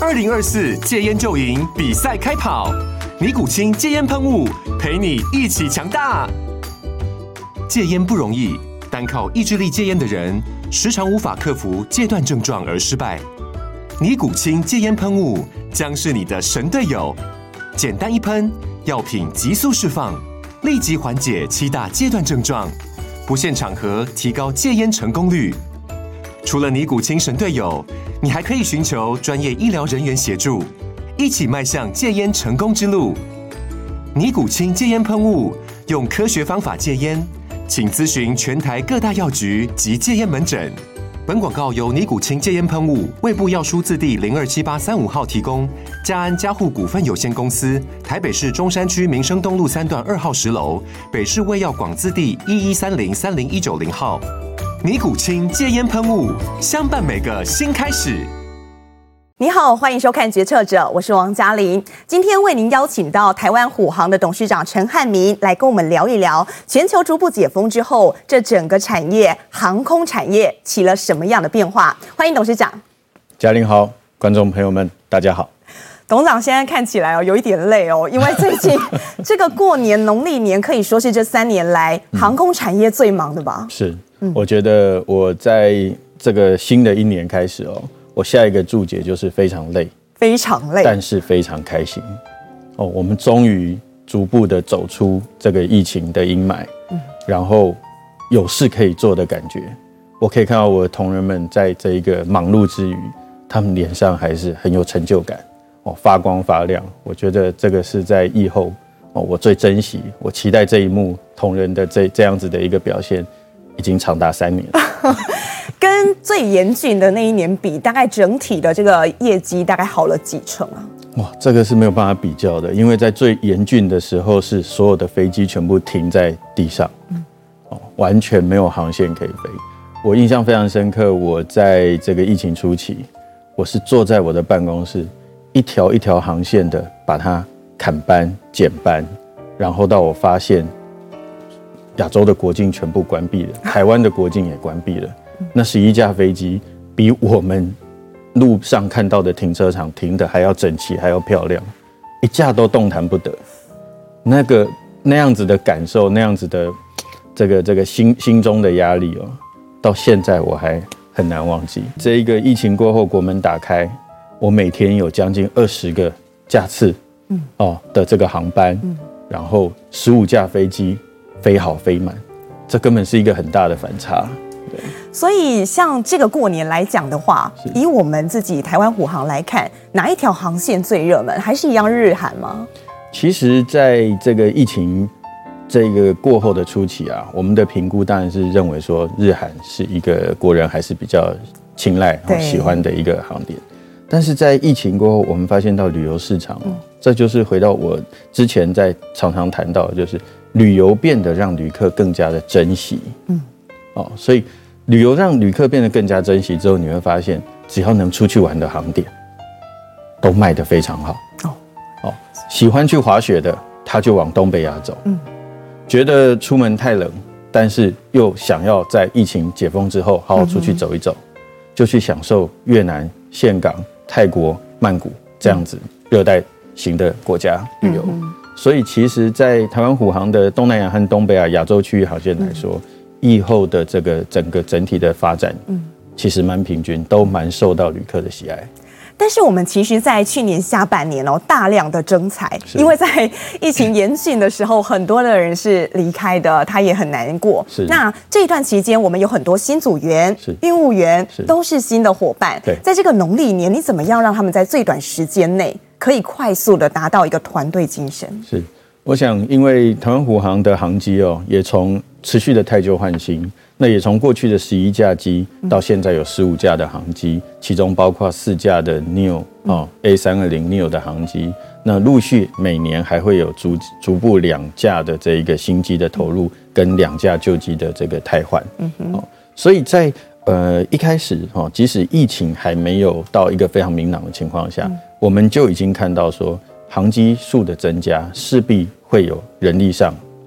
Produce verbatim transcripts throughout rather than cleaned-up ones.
二零二四戒烟就赢比赛开跑，尼古清戒烟喷雾陪你一起强大。戒烟不容易，单靠意志力戒烟的人，时常无法克服戒断症状而失败。尼古清戒烟喷雾将是你的神队友，简单一喷，药品急速释放，立即缓解七大戒断症状，不限场合提高戒烟成功率。除了尼古清神队友，你还可以寻求专业医疗人员协助，一起迈向戒烟成功之路。尼古清戒烟喷雾，用科学方法戒烟，请咨询全台各大药局及戒烟门诊。本广告由尼古清戒烟喷雾、卫部药书字第零二七八三五号提供，嘉安嘉护股份有限公司，台北市中山区民生东路三段二号十楼，北市卫药广字第一一三零三零一九零号。尼古清戒烟喷雾，相伴每个新开始。 你好，欢迎收看《决策者》，我是王嘉玲。今天为您邀请到台湾虎航的董事长陈汉民来跟我们聊一聊，全球逐步解封之后，这整个产业航空产业起了什么样的变化？欢迎董事长。 嘉玲好，观众朋友们大家好。 董事长现在看起来哦有一点累哦，因为最近这个过年农历年可以说是这三年来航空产业最忙的吧？ 是，我觉得我在这个新的一年开始哦，我下一个注解就是非常累， 非常累， 但是非常开心哦。我们终于逐步的走出这个疫情的阴霾，嗯，然后有事可以做的感觉。我可以看到我的同仁们在这一个忙碌之余，他们脸上还是很有成就感哦，发光发亮。我觉得这个是在疫后哦，我最珍惜，我期待这一幕同仁的这这样子的一个表现，已经长达三年。 跟最严峻的那一年比，大概整体的这个业绩大概好了几成啊？ 哇，这个是没有办法比较的，因为在最严峻的时候，是所有的飞机全部停在地上，嗯哦、完全没有航线可以飞。我印象非常深刻，我在这个疫情初期，我是坐在我的办公室，一条一条航线的把它砍班、减班，然后到我发现亚洲的国境全部关闭了，台湾的国境也关闭了。那十一架飞机比我们路上看到的停车场停的还要整齐，还要漂亮，一架都动弹不得。那个那样子的感受，那样子的这个这个心心中的压力哦，到现在我还很难忘记。这一个疫情过后，国门打开，我每天有将近二十个架次，嗯哦的这个航班，嗯，然后十五架飞机飞好飞满，这根本是一个很大的反差。 所以像这个过年来讲的话，以我们自己台湾虎航来看，哪一条航线最热门？还是一样日韩吗？ 其实在这个疫情这个过后的初期啊，我们的评估当然是认为说日韩是一个国人还是比较青睐喜欢的一个航点。但是在疫情过后，我们发现到旅游市场，嗯，这就是回到我之前在常常谈到的，就是旅游变得让旅客更加的珍惜，嗯，哦，所以旅游让旅客变得更加珍惜之后，你会发现，只要能出去玩的航点，都卖得非常好。哦，哦，喜欢去滑雪的，他就往东北亚走。嗯，觉得出门太冷，但是又想要在疫情解封之后好好出去走一走，嗯，就去享受越南、岘港、泰国、曼谷这样子热带型的国家旅游。嗯，所以其实，在台湾虎航的东南亚和东北亚亚洲区域航线来说，嗯，疫后的这个整个整体的发展，嗯，其实蛮平均，都蛮受到旅客的喜爱。 但是我们其实，在去年下半年哦，大量的征才，因为在疫情严峻的时候，很多的人是离开的，他也很难过。是。那这一段期间，我们有很多新组员、运务员都是新的伙伴。对。在这个农历年，你怎么样让他们在最短时间内可以快速的达到一个团队精神？ 是。我想，因为台湾虎航的航机哦，也从持续的汰旧换新，那也从过去的十一架机到现在有十五架的航机，其中包括四架的 Neo 哦 A 三二零 Neo 的航机，那陆续每年还会有逐逐步两架的这一个新机的投入，跟两架旧机的这个汰换。嗯哼，所以在呃一开始哦，即使疫情还没有到一个非常明朗的情况下，我们就已经看到说，航机数的增加势必会有人力上哦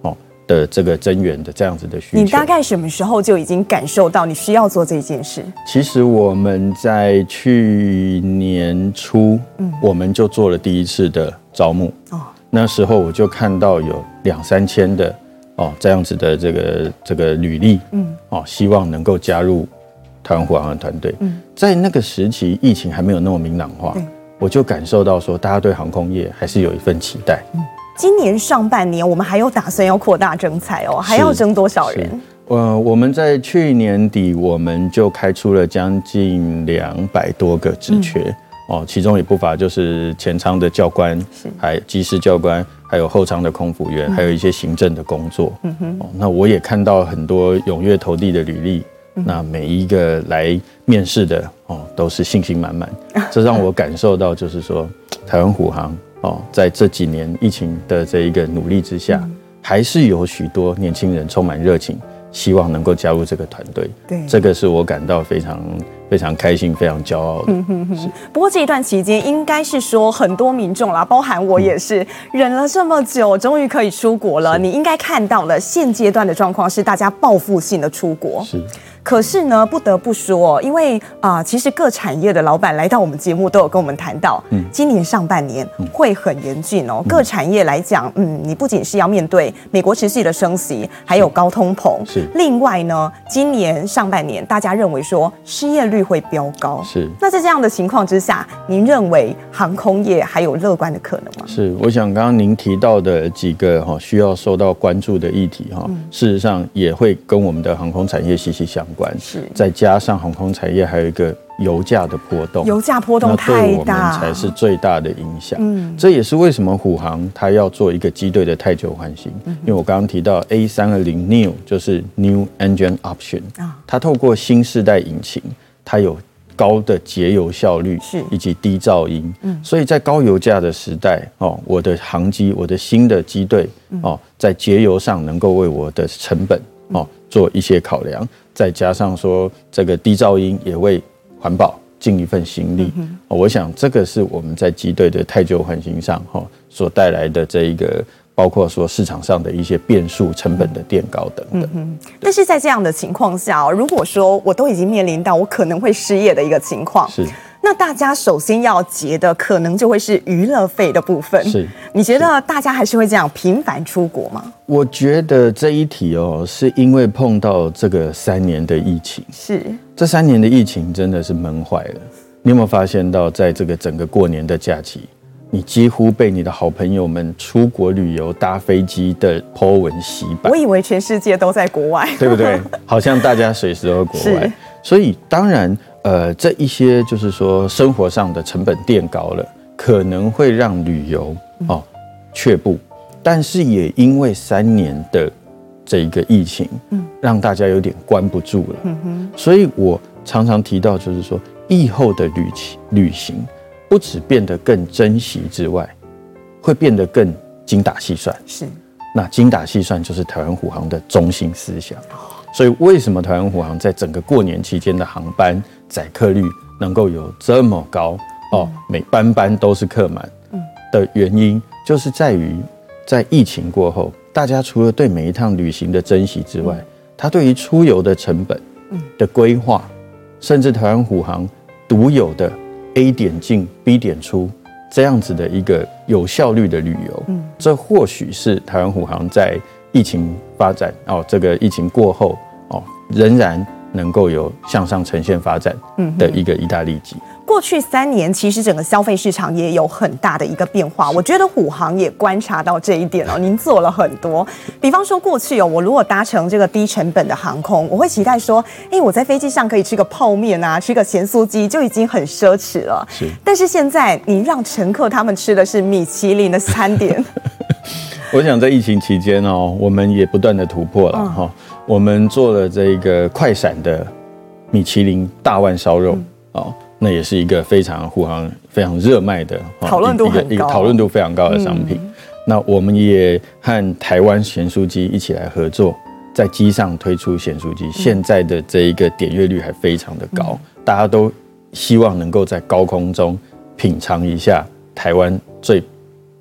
的这个增援的这样子的需求。 你大概什么时候就已经感受到你需要做这件事？ 其实我们在去年初，嗯，我们就做了第一次的招募。哦，那时候我就看到有两三千的哦这样子的这个这个履历，嗯，哦，希望能够加入台湾虎航的团队。嗯，在那个时期，疫情还没有那么明朗化，我就感受到说，大家对航空业还是有一份期待。嗯， 今年上半年我们还有打算要扩大征才哦，还要征多少人？ 呃，我们在去年底我们就开出了将近两百多个职缺。嗯哦，其中也不乏就是前舱的教官，还机师教官，还有后舱的空服员，嗯、还有一些行政的工作。嗯哼，哦，那我也看到很多踊跃投递的履历，嗯、那每一个来面试的哦，都是信心满满。这让我感受到，就是说，台湾虎航哦，在这几年疫情的这一个努力之下，嗯、还是有许多年轻人充满热情，希望能够加入这个团队。对，这个是我感到非常。非常开心，非常骄傲的。嗯哼哼。不过这一段期间，应该是说很多民众啦，包含我也是，嗯、忍了这么久，终于可以出国了。你应该看到了现阶段的状况是大家报复性的出国。是。可是呢，不得不说，因为啊、呃，其实各产业的老板来到我们节目都有跟我们谈到，嗯，今年上半年会很严峻哦。嗯、各产业来讲，嗯，你不仅是要面对美国持续的升息，还有高通膨，是。另外呢，今年上半年大家认为说失业率会飙高，是。那在这样的情况之下，您认为航空业还有乐观的可能吗？ 是，我想刚刚您提到的几个哈需要受到关注的议题哈，嗯、事实上也会跟我们的航空产业息息相关。是，再加上航空产业还有一个油价的波动， 油价波动太大， 对我们才是最大的影响。嗯，这也是为什么虎航它要做一个机队的太旧换新。嗯、因为我刚刚提到 A 三二零 Neo 就是 New Engine Option，啊、它透过新世代引擎，它有高的节油效率，是以及低噪音。嗯，所以在高油价的时代，哦，我的航机，我的新的机队，哦，在节油上能够为我的成本，哦，做一些考量。再加上说这个低噪音也为环保尽一份心力，嗯、我想这个是我们在机队的太旧换新上哈所带来的这一个，包括说市场上的一些变数、成本的垫高等等。嗯、 但是在这样的情况下，如果说我都已经面临到我可能会失业的一个情况，是。那大家首先要结的可能就会是娱乐费的部分。是，你觉得大家还是会这样频繁出国吗？ 我觉得这一题哦，是因为碰到这个三年的疫情，是这三年的疫情真的是闷坏了。你有没有发现到，在这个整个过年的假期，你几乎被你的好朋友们出国旅游、搭飞机的 po 文洗版？ 我以为全世界都在国外， 对不对？好像大家随时都在国外，所以当然。呃，这一些就是说生活上的成本垫高了，可能会让旅游哦却步，但是也因为三年的这一个疫情，嗯，让大家有点关不住了。嗯哼，所以我常常提到，就是说疫后的旅旅行，不只变得更珍惜之外，会变得更精打细算。是，那精打细算就是台湾虎航的中心思想。所以为什么台湾虎航在整个过年期间的航班载客率能够有这么高哦，每班班都是客满的原因，就是在于在疫情过后，大家除了对每一趟旅行的珍惜之外，他对于出游的成本的规划，甚至台湾虎航独有的 A 点进 B 点出这样子的一个有效率的旅游，这或许是台湾虎航在疫情发展哦，这个疫情过后哦，仍然能够有向上呈现发展的一个一大利基。 过去三年，其实整个消费市场也有很大的一个变化。我觉得虎航也观察到这一点哦，您做了很多。比方说，过去哦，我如果搭乘这个低成本的航空，我会期待说，哎，我在飞机上可以吃个泡面啊，吃个咸酥鸡就已经很奢侈了。是。但是现在，你让乘客他们吃的是米其林的餐点。 我想在疫情期间哦，我们也不断的突破了哈、嗯。我们做了这个快闪的米其林大碗烧肉、嗯、哦。那也是一个非常虎航非常热卖的讨论度很高、 一个讨论度非常高的商品。嗯、那我们也和台湾咸酥鸡一起来合作，在机上推出咸酥鸡、嗯，现在的这一个点阅率还非常的高、嗯，大家都希望能够在高空中品尝一下台湾最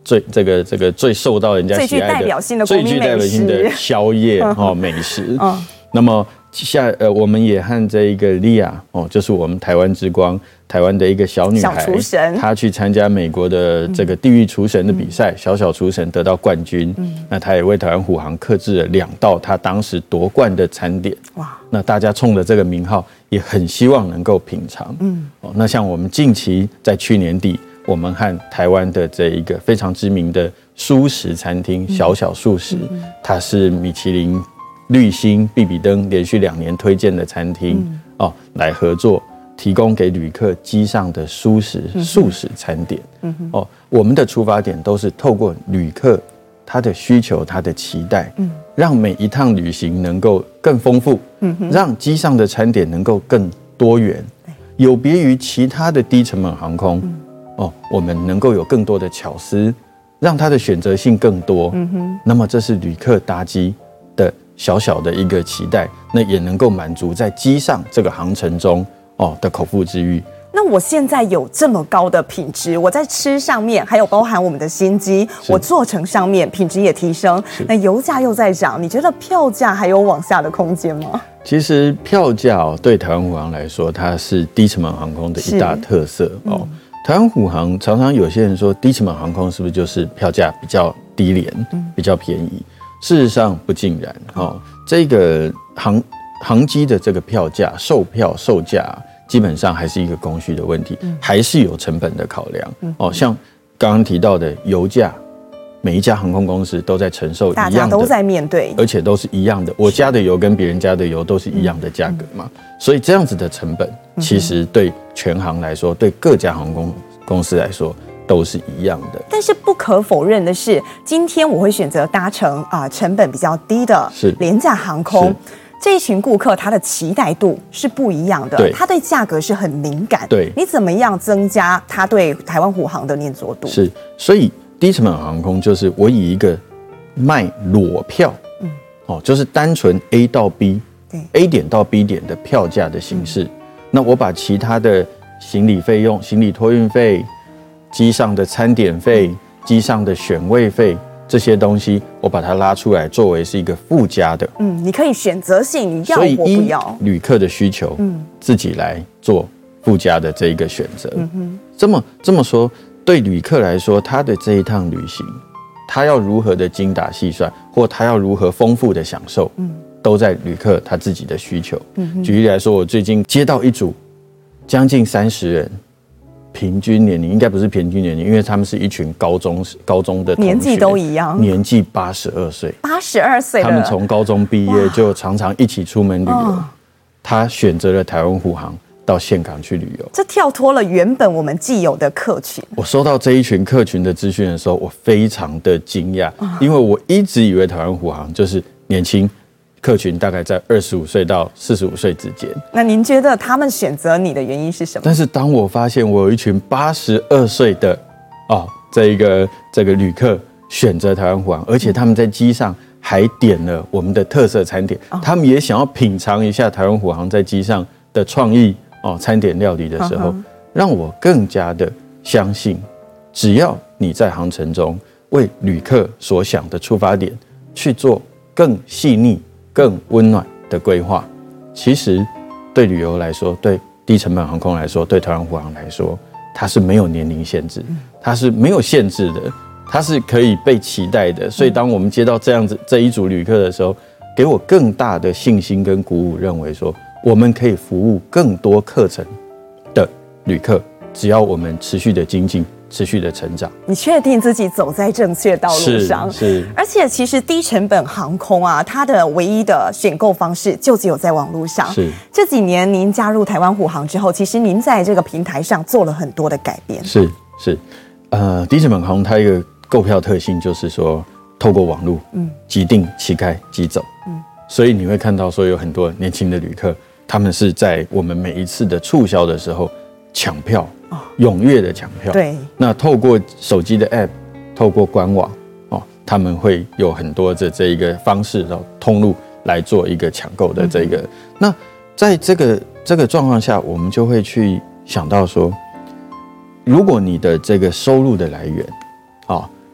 最这个这个最受到人家喜爱的、 最具代表性的最具代表性的宵夜哦美食。嗯，那么下呃，我们也和这一个莉亚哦，就是我们台湾之光，台湾的一个小女孩， 小厨神， 她去参加美国的这个地狱厨神的比赛，嗯、小小厨神得到冠军。嗯，那她也为台湾虎航客制了两道她当时夺冠的餐点。哇，那大家冲着这个名号，也很希望能够品尝。嗯，哦，那像我们近期在去年底。我们和台湾的这一个非常知名的蔬食餐厅小小素食，嗯、它是米其林绿星必比登连续两年推荐的餐厅、嗯、哦，来合作提供给旅客机上的蔬食、嗯、素食餐点。嗯、哦，我们的出发点都是透过旅客他的需求、他的期待，嗯、让每一趟旅行能够更丰富，嗯、让机上的餐点能够更多元，有别于其他的低成本航空。嗯哦，我们能够有更多的巧思，让它的选择性更多。嗯哼，那么这是旅客搭机的小小的一个期待，那也能够满足在机上这个航程中哦的口腹之欲。 那我现在有这么高的品质，我在吃上面，还有包含我们的心机，我做成上面品质也提升，那油价又在涨，你觉得票价还有往下的空间吗？ 其实票价哦，对台湾虎航来说，它是低成本航空的一大特色哦。嗯，台湾虎航常常有些人说，低成本航空是不是就是票价比较低廉、比较便宜？事实上不尽然。哦，这个航航机的这个票价、售票售价，基本上还是一个供需的问题，还是有成本的考量。哦，像刚刚提到的油价，每一家航空公司都在承受一样的， 大家都在面对， 而且都是一样的。我加的油跟别人加的油都是一样的价格嘛，所以这样子的成本，其实对全航来说，对各家航空公司来说都是一样的。 但是不可否认的是，今天我会选择搭乘啊、呃、成本比较低的廉价航空。这一群顾客他的期待度是不一样的，他对价格是很敏感。 对， 你怎么样增加他对台湾虎航的黏着度？ 是，所以低成本航空就是我以一个卖裸票，嗯，哦，就是单纯 A 到 B， 对 ，A 点到 B 点的票价的形式。嗯、那我把其他的行李费用、行李托运费、机上的餐点费、机上的选位费。这些东西我把它拉出来，作为是一个附加的。嗯， 你可以选择性，你要或不要。 旅客的需求，嗯，自己来做附加的这一个选择。嗯哼，这么这么说，对旅客来说，他的这一趟旅行，他要如何的精打细算，或他要如何丰富的享受，嗯，都在旅客他自己的需求。嗯，举例来说，我最近接到一组将近三十人。平均年龄应该不是平均年龄，因为他们是一群高中高中的同学， 年纪都一样， 年纪八十二岁， 八十二岁， 他们从高中毕业就常常一起出门旅游。哦、他选择了台湾虎航到岘港去旅游， 这跳脱了原本我们既有的客群。 我收到这一群客群的资讯的时候，我非常的惊讶，哦、因为我一直以为台湾虎航就是年轻。客群大概在二十五岁到四十五岁之间。 那您觉得他们选择你的原因是什么？ 但是当我发现我有一群八十二岁的哦，这一个这个旅客选择台湾虎航，而且他们在机上还点了我们的特色餐点，哦、他们也想要品尝一下台湾虎航在机上的创意哦餐点料理的时候，嗯、让我更加的相信，只要你在航程中为旅客所想的出发点去做更细腻。更温暖的规划，其实对旅游来说，对低成本航空来说，对台湾虎航来说，它是没有年龄限制，它是没有限制的，它是可以被期待的。所以，当我们接到这样子这一组旅客的时候，给我更大的信心跟鼓舞，认为说我们可以服务更多课程的旅客，只要我们持续的精进。持续的成长， 你确定自己走在正确道路上？ 是，是而且其实低成本航空啊，它的唯一的选购方式就只有在网络上。 是， 这几年您加入台湾虎航之后，其实您在这个平台上做了很多的改变。 是是，呃，低成本航空它一个购票特性就是说，透过网络，嗯，即订即开即走，嗯，所以你会看到说有很多年轻的旅客，他们是在我们每一次的促销的时候抢票。踊跃的抢票， 对， 那透过手机的 App， 透过官网，哦，他们会有很多的这一个方式的通路来做一个抢购的这个。嗯、那在这个这个状况下，我们就会去想到说，如果你的这个收入的来源，啊、哦，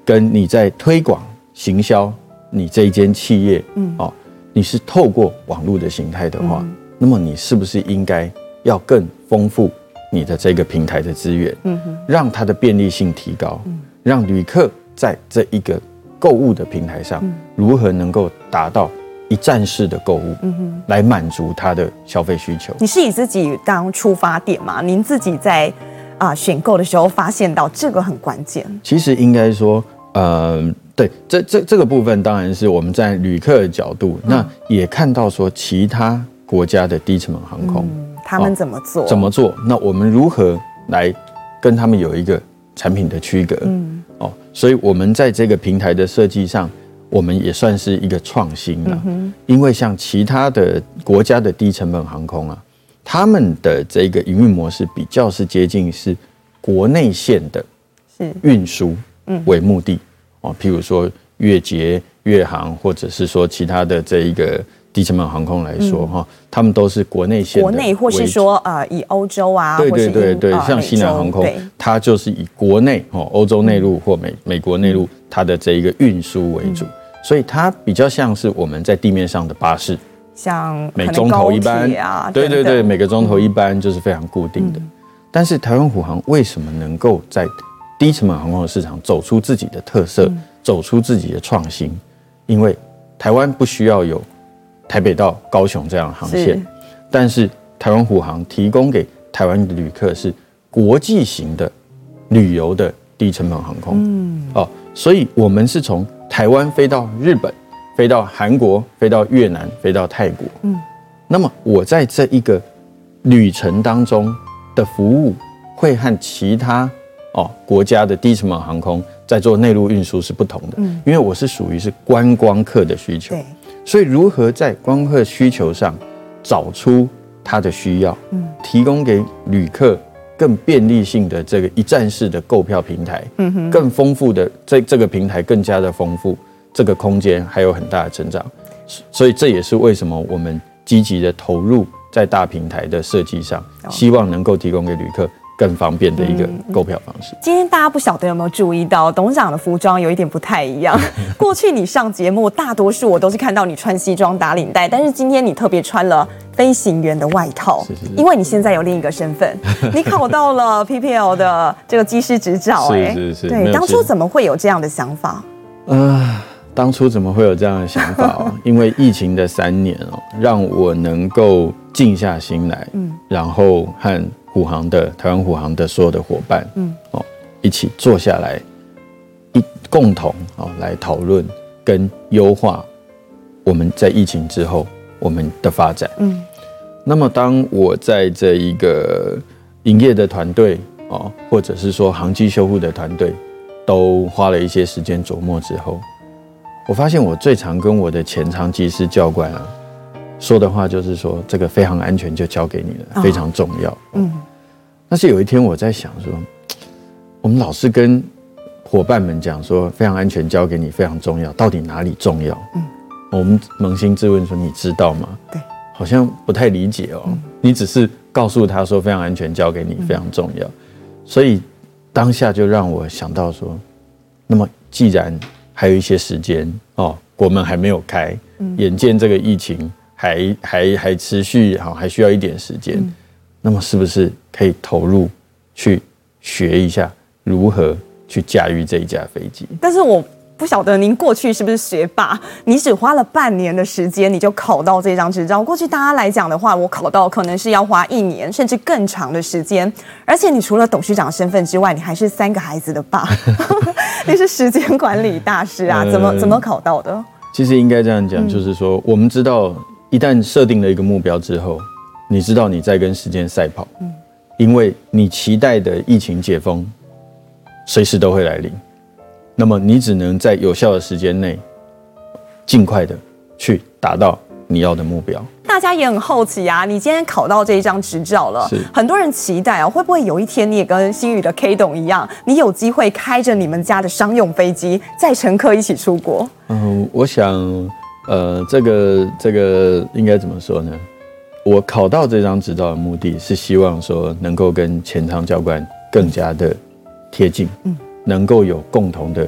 跟你在推广行销你这一间企业，嗯，哦，你是透过网络的形态的话，嗯，那么你是不是应该要更丰富你的这个平台的资源，嗯哼，让它的便利性提高，嗯，让旅客在这一个购物的平台上，嗯，如何能够达到一站式的购物，嗯哼，来满足他的消费需求。 你是以自己当出发点吗？您自己在啊、呃、选购的时候发现到这个很关键。其实应该说，呃，对，这这这个部分当然是我们在旅客的角度，嗯，那也看到说其他国家的低成本航空，嗯， 他们怎么做？ 哦，怎么做？那我们如何来跟他们有一个产品的区隔？嗯，哦，所以我们在这个平台的设计上，我们也算是一个创新了，嗯，因为像其他的国家的低成本航空啊，他们的这个营运模式比较是接近是国内线的运输为目的，哦，譬如说越捷、越航，或者是说其他的这一个低成本航空来说，哈，嗯，他们都是国内线的， 国内或是说呃以欧洲啊， 对对对对，像西南航空，它就是以国内哦欧洲内陆或美美国内陆它的这一个运输为主。嗯，所以它比较像是我们在地面上的巴士， 像每钟头一班啊，对对对，每个钟头一班就是非常固定的。嗯，但是台湾虎航为什么能够在低成本航空的市场走出自己的特色，嗯，走出自己的创新？因为台湾不需要有台北到高雄这样的航线，但是台湾虎航提供给台湾的旅客是国际型的旅游的低成本航空。嗯，哦，所以我们是从台湾飞到日本，飞到韩国，飞到越南，飞到泰国。嗯，那么我在这一个旅程当中的服务，会和其他哦国家的低成本航空在做内陆运输是不同的。嗯，因为我是属于是观光客的需求，对，所以如何在观光客需求上找出他的需要，嗯，提供给旅客更便利性的这个一站式的购票平台，嗯哼，更丰富的这这个平台更加的丰富，这个空间还有很大的成长，所以这也是为什么我们积极的投入在大平台的设计上，希望能够提供给旅客更方便的一个购票方式。 今天大家不晓得有没有注意到，董事长的服装有一点不太一样。过去你上节目，大多数我都是看到你穿西装打领带，但是今天你特别穿了飞行员的外套，是是是，因为你现在有另一个身份，你考到了 P P L 的这个机师执照，哎，是是是，对，当初怎么会有这样的想法？ 呃，当初怎么会有这样的想法哦？因为疫情的三年哦，让我能够静下心来，嗯，然后和虎航的台湾虎航的所有的伙伴，嗯，哦，一起坐下来，一共同哦来讨论跟优化我们在疫情之后我们的发展。嗯，那么当我在这一个营业的团队哦，或者是说航机修护的团队，都花了一些时间琢磨之后，我发现我最常跟我的前舱机师教官啊说的话就是说，这个飞航安全就交给你了，非常重要。嗯，但是有一天我在想说，我们老是跟伙伴们讲说，飞航安全交给你非常重要，到底哪里重要？嗯，我们扪心自问说，你知道吗？对，好像不太理解哦。嗯，你只是告诉他说，飞航安全交给你非常重要，所以当下就让我想到说，那么既然还有一些时间哦，国门还没有开，嗯，眼见这个疫情还还还持续，好，还需要一点时间，嗯，那么是不是可以投入去学一下如何去驾驭这一架飞机？ 但是我不晓得您过去是不是学霸，你只花了半年的时间你就考到这张执照。过去大家来讲的话，我考到可能是要花一年甚至更长的时间，而且你除了董事长身份之外，你还是三个孩子的爸，你是时间管理大师啊，怎么怎么考到的？ 其实应该这样讲，就是说我们知道，一旦设定了一个目标之后，你知道你在跟时间赛跑，嗯，因为你期待的疫情解封随时都会来临，那么你只能在有效的时间内，尽快的去达到你要的目标。 大家也很好奇啊，你今天考到这一张执照了，很多人期待啊，会不会有一天你也跟星宇的 K 董一样，你有机会开着你们家的商用飞机，载乘客一起出国？ 嗯，我想，呃，这个这个应该怎么说呢？我考到这张执照的目的是希望说能够跟前舱教官更加的贴近，嗯，能够有共同的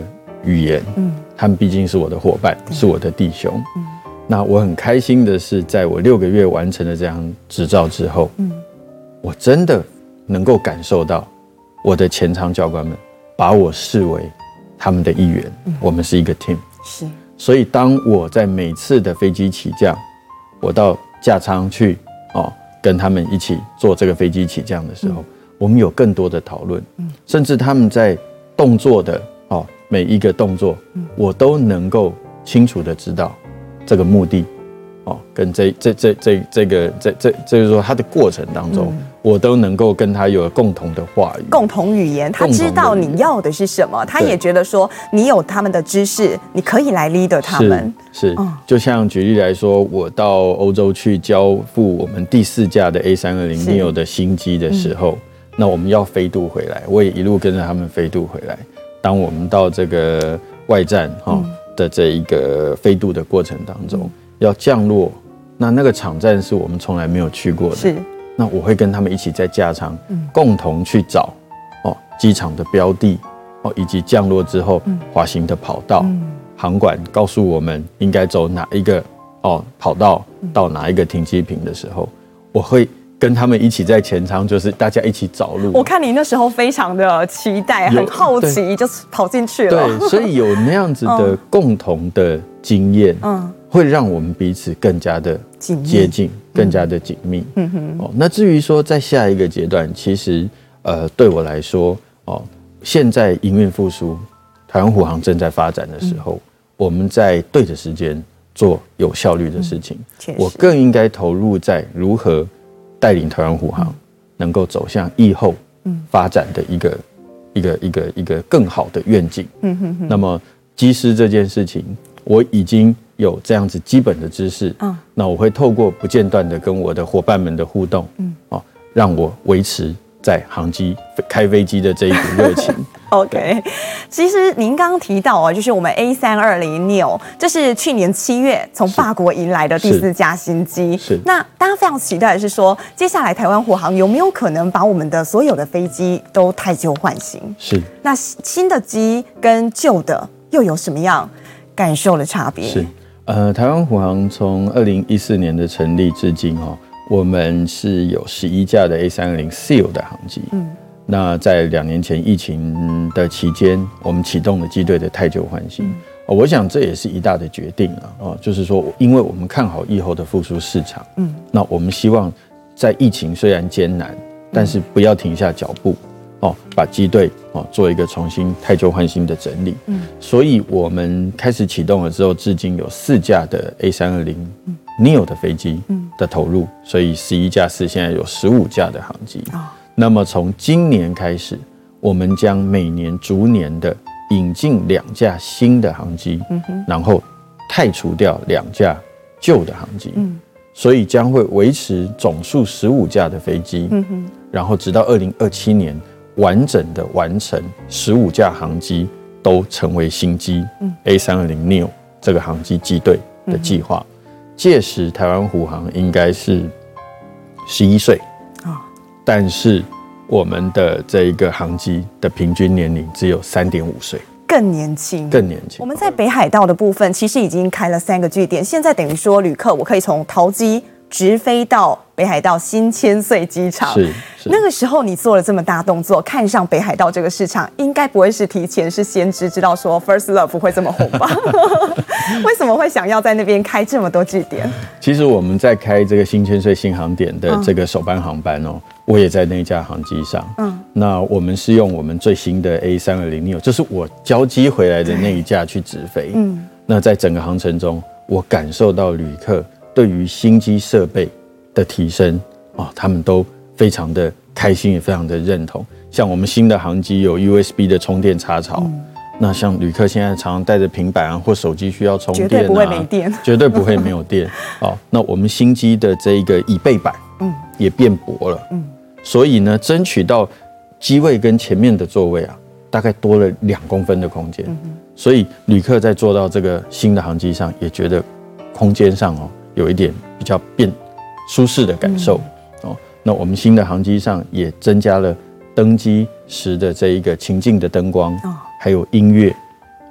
语言，嗯，他们毕竟是我的伙伴，是我的弟兄。嗯，那我很开心的是，在我六个月完成了这样执照之后，嗯，我真的能够感受到我的前舱教官们把我视为他们的一员，嗯，我们是一个 team。是，所以当我在每次的飞机起降，我到驾舱去哦，跟他们一起做这个飞机起降的时候，嗯，我们有更多的讨论，嗯，甚至他们在动作的哦每一个动作，嗯，我都能够清楚的知道这个目的，哦，跟这这这这这个这这这就是说它的过程当中，嗯，我都能够跟他有共同的话语、 共同语言。他知道你要的是什么，他也觉得说你有他们的知识，你可以来 lead 他们。 是，是，就像举例来说，我到欧洲去交付我们第四架的 A 三二零 neo 的新机的时候，嗯，那我们要飞渡回来，我也一路跟着他们飞渡回来。当我们到这个外站哈的这一个飞渡的过程当中，嗯，要降落，那那个场站是我们从来没有去过的。是。那我会跟他们一起在驾舱，嗯，共同去找哦机场的标的哦，以及降落之后滑行的跑道，嗯，航管告诉我们应该走哪一个哦跑道到哪一个停机坪的时候，我会跟他们一起在前舱，就是大家一起找路。 我看你那时候非常的期待，很好奇，就跑进去了。 对，所以有那样子的共同的经验，嗯，会让我们彼此更加的接近，更加的紧密。嗯哼。哦，那至于说在下一个阶段，其实呃对我来说，哦，现在营运复苏，台湾虎航正在发展的时候，嗯，我们在对的时间做有效率的事情，嗯，我更应该投入在如何带领台湾虎航能够走向疫后发展的一个一个一个一个更好的愿景。嗯哼哼。那么机师这件事情，我已经有这样子基本的知识，嗯，那我会透过不间断的跟我的伙伴们的互动，嗯，哦，让我维持在航机开飞机的这一股热情。 OK， 其实您刚刚提到哦，就是我们 A 三二零 neo， 这是去年七月从法国迎来的第四架新机。是。那大家非常期待的是说，接下来台湾虎航有没有可能把我们的所有的飞机都汰旧换新？是。那新的机跟旧的又有什么样感受的差别？是。 呃，台湾虎航从二零一四年的成立至今哦，我们是有十一架的 A 三二零 Seal 的航机。嗯。那在两年前疫情的期间，我们启动了机队的汰旧换新。嗯，我想这也是一大的决定啊，哦，就是说，因为我们看好疫后的复苏市场，嗯，那我们希望在疫情虽然艰难，但是不要停下脚步，哦，把机队哦做一个重新汰旧换新的整理。嗯，所以我们开始启动了之后，至今有四架的 A 三二零 neo 的飞机的投入，所以十一架次现在有十五架的航机。哦，那么从今年开始，我们将每年逐年的引进两架新的航机，嗯，然后汰除掉两架旧的航机，嗯，所以将会维持总数十五架的飞机，嗯，然后直到二零二七年完整的完成十五架航机都成为新机，嗯 A 三二零 neo 这个航机机队的计划。届时台湾虎航应该是十一岁。但是我们的这一个航机的平均年龄只有三点五岁， 更年轻， 更年轻。 我们在北海道的部分其实已经开了三个据点，现在等于说旅客我可以从桃机直飞到北海道新千岁机场。是，是。那个时候你做了这么大动作，看上北海道这个市场，应该不会是提前是先知知道说 First Love 会这么红吧？为什么会想要在那边开这么多据点？ 其实我们在开这个新千岁新航点的这个首班航班哦，我也在那架航机上。嗯，那我们是用我们最新的 A 三二零 neo， 就是我交机回来的那一架去直飞。嗯，那在整个航程中，我感受到旅客对于新机设备的提升哦，他们都非常的开心，也非常的认同。像我们新的航机有 U S B 的充电插槽。嗯，那像旅客现在常常带着平板啊或手机需要充电，啊，绝对不会没电， 绝对不会没有电。哦，那我们新机的这一个椅背板，嗯，也变薄了，嗯，所以呢，争取到机位跟前面的座位啊，大概多了两公分的空间，嗯，所以旅客在坐到这个新的航机上，也觉得空间上哦有一点比较变舒适的感受。嗯，哦，那我们新的航机上也增加了登机时的这一个情境的灯光。哦，还有音乐，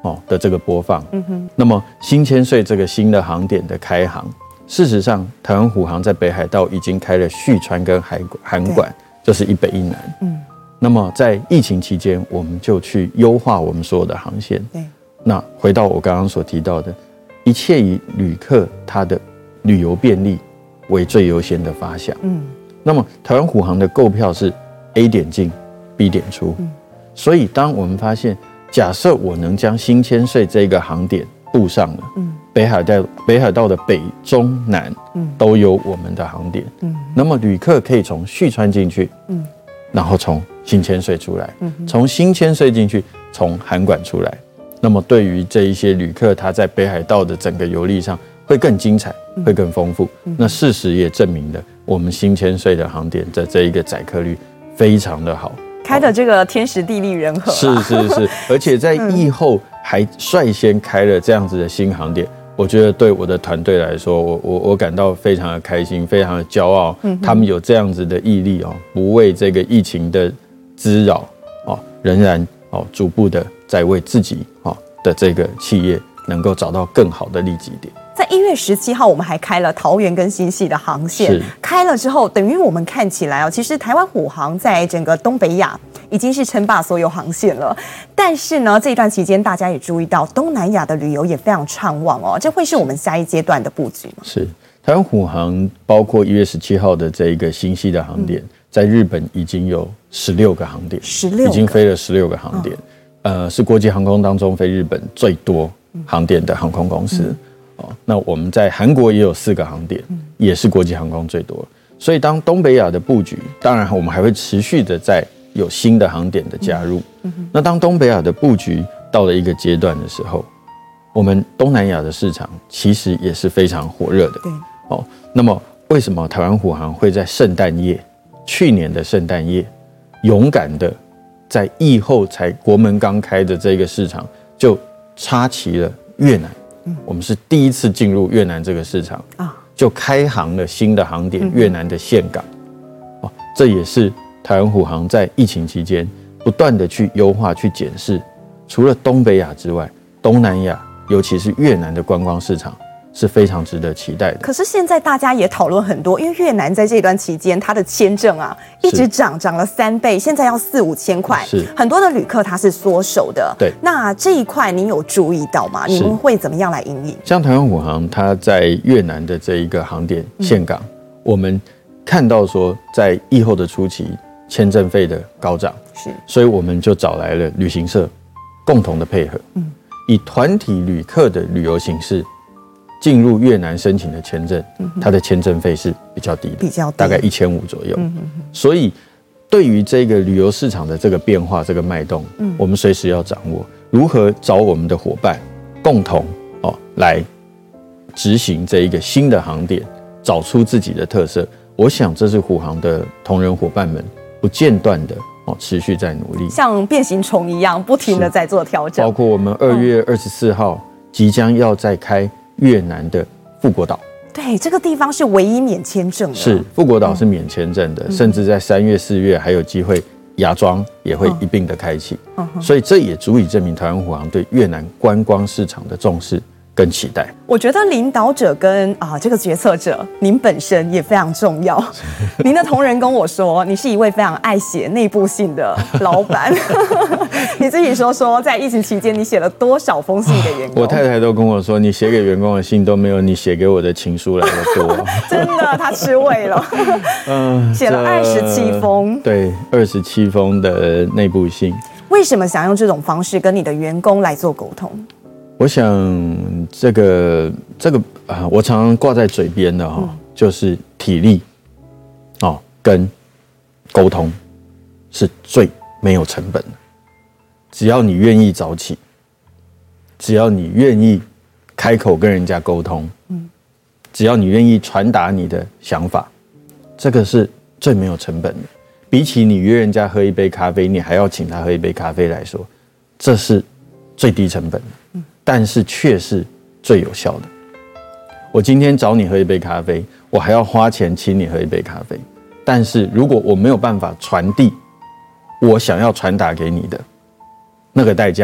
哦的这个播放。嗯哼。那么新千岁这个新的航点的开航，事实上台湾虎航在北海道已经开了旭川跟函函馆，就是一北一南。嗯。那么在疫情期间，我们就去优化我们所有的航线。对。那回到我刚刚所提到的，一切以旅客他的旅游便利为最优先的发想。嗯，那么台湾虎航的购票是 A 点进 B 点出。嗯，所以当我们发现，假设我能将新千岁这个航点布上了，嗯，北海道北海道的北中南，嗯，都有我们的航点。嗯，那么旅客可以从旭川进去，嗯，然后从新千岁出来，嗯，从新千岁进去，从函馆出来。那么对于这一些旅客，他在北海道的整个游历上会更精彩，会更丰富。那事实也证明了，我们新千岁的航点的这一个载客率非常的好， 开的这个天时地利人和。 是是是，而且在疫后还率先开了这样子的新航点，我觉得对我的团队来说，我我我感到非常的开心，非常的骄傲。他们有这样子的毅力哦，不为这个疫情的滋扰哦，仍然哦逐步的在为自己哦的这个企业能够找到更好的利基点。 在一月十七号，我们还开了桃园跟新系的航线。开了之后，等于我们看起来哦，其实台湾虎航在整个东北亚已经是称霸所有航线了。但是呢，这一段期间大家也注意到，东南亚的旅游也非常畅旺哦，这会是我们下一阶段的布局吗？是， 台湾虎航包括一月十七号的这一个新系的航点，嗯、在日本已经有十六个航点，十六已经飞了十六个航点，嗯、呃，是国际航空当中飞日本最多航点的航空公司。嗯哦，那我们在韩国也有四个航点，也是国际航空最多。所以当东北亚的布局，当然我们还会持续的在有新的航点的加入。那当东北亚的布局到了一个阶段的时候，我们东南亚的市场其实也是非常火热的。哦，那么为什么台湾虎航会在圣诞夜，去年的圣诞夜，勇敢的在疫后才国门刚开的这个市场，就插旗了越南？我们是第一次进入越南这个市场，就开航了新的航点越南的岘港。哦，这也是台湾虎航在疫情期间不断的去优化、去检视，除了东北亚之外，东南亚，尤其是越南的观光市场是非常值得期待的。 可是现在大家也讨论很多，因为越南在这段期间，它的签证啊一直涨，涨了三倍，现在要四五千块，是很多的旅客他是缩手的。对，那这一块你有注意到吗？你们会怎么样来因应？ 像台湾虎航，它在越南的这一个航点岘港，嗯、我们看到说，在疫后的初期，签证费的高涨，是，所以我们就找来了旅行社，共同的配合，嗯，以团体旅客的旅游形式。进入越南申请的签证，它的签证费是比较低的，比较低，大概一千五左右。嗯、所以，对于这个旅游市场的这个变化、这个脉动，嗯、我们随时要掌握如何找我们的伙伴共同哦来执行这一个新的航点，找出自己的特色。我想这是虎航的同仁伙伴们不间断的哦持续在努力， 像变形虫一样不停的在做调整。 包括我们二月二十四号即将要再开。越南的富国岛， 对，这个地方是唯一免签证的。 是富国岛是免签证的，嗯、甚至在三月、四月还有机会，芽庄也会一并的开启。嗯、所以这也足以证明台湾虎航对越南观光市场的重视跟期待。 我觉得领导者跟啊、呃、这个决策者，您本身也非常重要。您的同仁跟我说，你是一位非常爱写内部信的老板。你自己说说，在疫情期间，你写了多少封信给员工？ 我太太都跟我说，你写给员工的信都没有你写给我的情书来的多。 真的，他吃味了。嗯，写了二十七封。 对，二十七封的内部信。 为什么想用这种方式跟你的员工来做沟通？ 我想这个这个啊、呃，我常常挂在嘴边的哈、哦，嗯、就是体力哦跟沟通是最没有成本的。只要你愿意早起，只要你愿意开口跟人家沟通，嗯，只要你愿意传达你的想法，这个是最没有成本的。比起你约人家喝一杯咖啡，你还要请他喝一杯咖啡来说，这是最低成本的。嗯，但是却是最有效的。我今天找你喝一杯咖啡，我还要花钱请你喝一杯咖啡。但是如果我没有办法传递我想要传达给你的那个代价，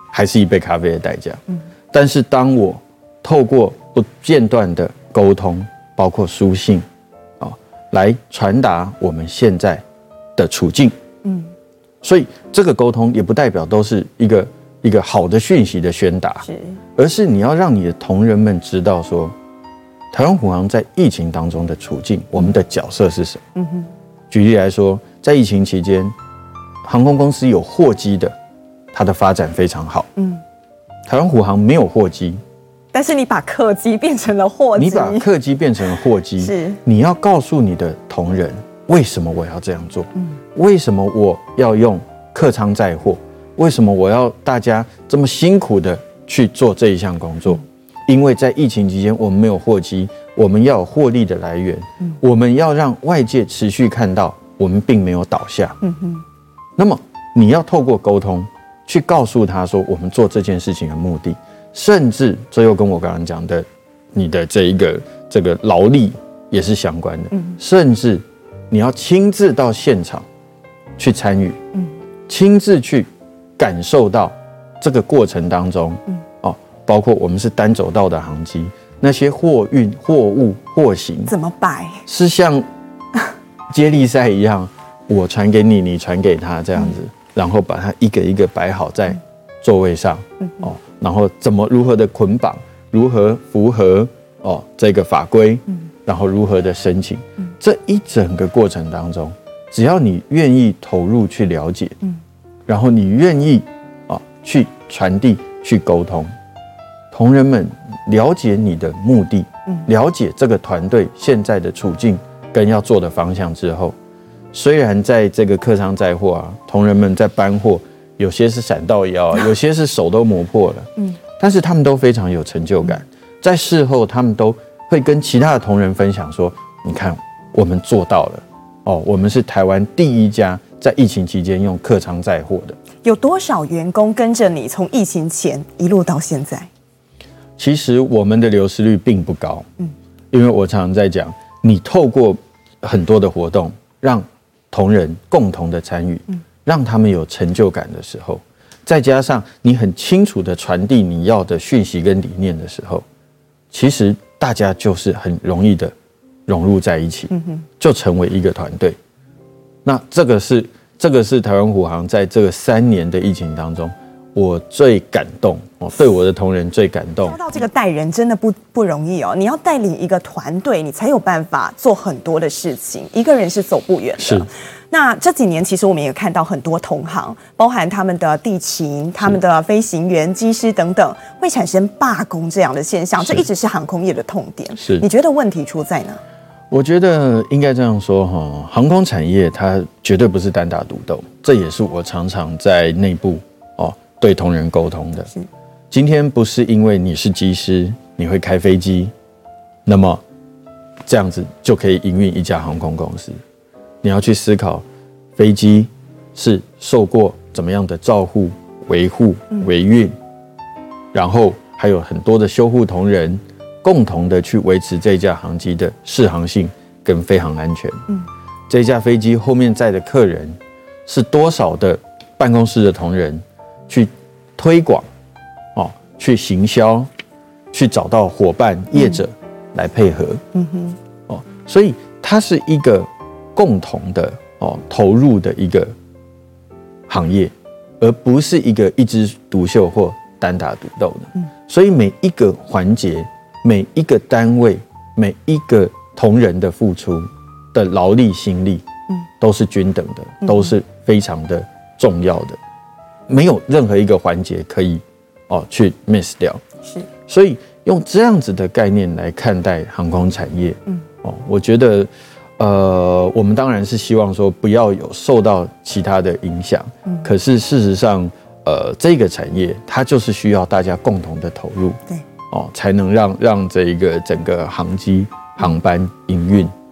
还是一杯咖啡的代价。嗯，但是当我透过不间断的沟通，包括书信，啊，来传达我们现在的处境。嗯，所以这个沟通也不代表都是一个一个好的讯息的宣达，是，而是你要让你的同仁们知道说，台湾虎航在疫情当中的处境，我们的角色是什么。嗯哼，举例来说，在疫情期间，航空公司有货机的，它的发展非常好。嗯，台湾虎航没有货机， 但是你把客机变成了货机， 你把客机变成了货机，是，你要告诉你的同仁，为什么我要这样做？嗯，为什么我要用客舱载货？为什么我要大家这么辛苦的去做这一项工作？因为在疫情期间，我们没有货机，我们要有获利的来源，嗯，我们要让外界持续看到我们并没有倒下。嗯哼，那么你要透过沟通去告诉他说，我们做这件事情的目的，甚至这又跟我刚刚讲的你的这一个这个劳力也是相关的，嗯，甚至你要亲自到现场去参与，嗯，亲自去感受到这个过程当中，嗯，哦，包括我们是单走道的航机，那些货运、货物、货型怎么摆，是像接力赛一样，我传给你，你传给他这样子，嗯，然后把它一个一个摆好在座位上，嗯，哦，然后怎么如何的捆绑，如何符合哦这个法规，嗯，然后如何的申请，嗯，这一整个过程当中，只要你愿意投入去了解，嗯，然后你愿意啊去传递、去沟通，同仁们了解你的目的，嗯，了解这个团队现在的处境跟要做的方向之后，虽然在这个客舱载货啊，同仁们在搬货，有些是闪到腰啊，有些是手都磨破了，嗯，但是他们都非常有成就感，在事后他们都会跟其他的同仁分享说，你看我们做到了。哦，我们是台湾第一家在疫情期间用客舱载货的。 有多少员工跟着你从疫情前一路到现在？ 其实我们的流失率并不高，嗯，因为我常常在讲，你透过很多的活动，让同仁共同的参与，嗯，让他们有成就感的时候，再加上你很清楚的传递你要的讯息跟理念的时候，其实大家就是很容易的融入在一起，就成为一个团队。那这个是这个是台湾虎航在这个三年的疫情当中，我最感动哦，对我的同仁最感动。 说到这个带人真的不不容易哦，你要带领一个团队，你才有办法做很多的事情，一个人是走不远的。是。那这几年其实我们也看到很多同行，包含他们的地勤、他们的飞行员、机师等等，会产生罢工这样的现象，这一直是航空业的痛点。是。你觉得问题出在哪？ 我觉得应该这样说哈，航空产业它绝对不是单打独斗，这也是我常常在内部哦对同仁沟通的。今天不是因为你是机师，你会开飞机，那么这样子就可以营运一家航空公司。你要去思考，飞机是受过怎么样的照护、维护、维运，然后还有很多的修护同仁。共同的去维持这架航机的适航性跟飞航安全。嗯，这架飞机后面载的客人是多少的办公室的同仁去推广，哦，去行销，去找到伙伴业者来配合。嗯哼，哦，所以它是一个共同的哦投入的一个行业，而不是一个一枝独秀或单打独斗的。嗯，所以每一个环节。每一个单位，每一个同仁的付出的劳力心力，嗯，都是均等的，都是非常的重要的，没有任何一个环节可以哦去 miss 掉。是，所以用这样子的概念来看待航空产业，嗯，哦，我觉得，呃，我们当然是希望说不要有受到其他的影响，嗯，可是事实上，呃，这个产业它就是需要大家共同的投入，对。哦，才能让让这一个整个航机航班营运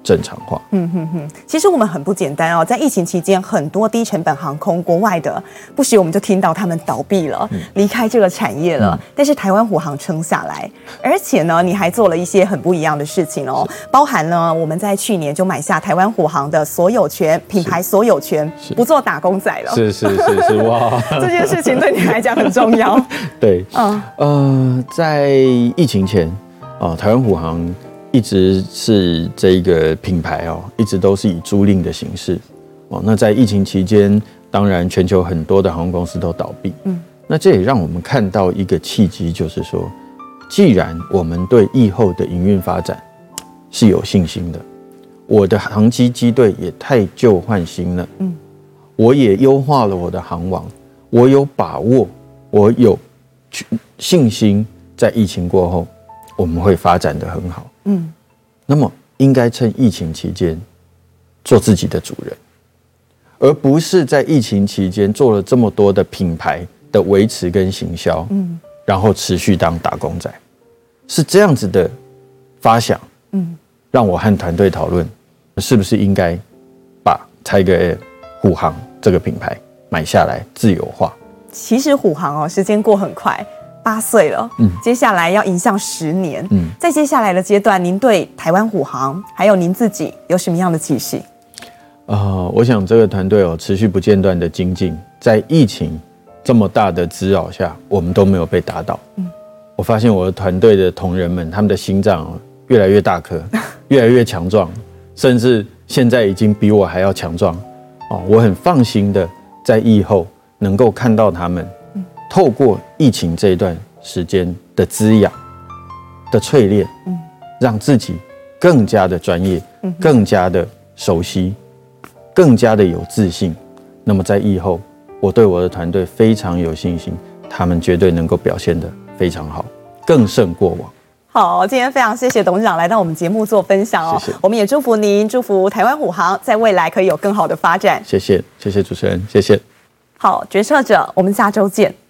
正常化。 嗯哼哼，其实我们很不简单哦，在疫情期间，很多低成本航空国外的，不时我们就听到他们倒闭了，嗯、离开这个产业了。嗯、但是台湾虎航撑下来，而且呢，你还做了一些很不一样的事情哦，包含呢，我们在去年就买下台湾虎航的所有权，品牌所有权，不做打工仔了。 是是是是哇， 这件事情对你来讲很重要。 对，嗯呃，在疫情前啊、呃，台湾虎航一直是这个品牌哦，一直都是以租赁的形式哦。那在疫情期间，当然全球很多的航空公司都倒闭，嗯，那这也让我们看到一个契机，就是说，既然我们对疫后的营运发展是有信心的，我的航机机队也太旧换新了，嗯，我也优化了我的航网，我有把握，我有信心，在疫情过后，我们会发展得很好。嗯，那么应该趁疫情期间做自己的主人，而不是在疫情期间做了这么多的品牌的维持跟行销，嗯，然后持续当打工仔，是这样子的发想，嗯，让我和团队讨论，是不是应该把 Tiger Air 虎航这个品牌买下来自有化。 其实虎航哦，时间过很快。八岁了，嗯，接下来要迎向十年，嗯，在接下来的阶段，您对台湾虎航还有您自己有什么样的期许？ 呃，我想这个团队哦，持续不间断的精进，在疫情这么大的滋扰下，我们都没有被打倒。嗯，我发现我的团队的同仁们，他们的心脏越来越大颗，越来越强壮，甚至现在已经比我还要强壮。哦，我很放心的在疫后能够看到他们。透过疫情这一段时间的滋养的淬炼，嗯，让自己更加的专业，嗯，更加的熟悉，更加的有自信。那么在疫后，我对我的团队非常有信心，他们绝对能够表现得非常好，更胜过往。 好，今天非常谢谢董事长来到我们节目做分享哦。谢谢，我们也祝福您，祝福台湾虎航在未来可以有更好的发展。 谢谢，谢谢主持人，谢谢。 好，决策者，我们下周见。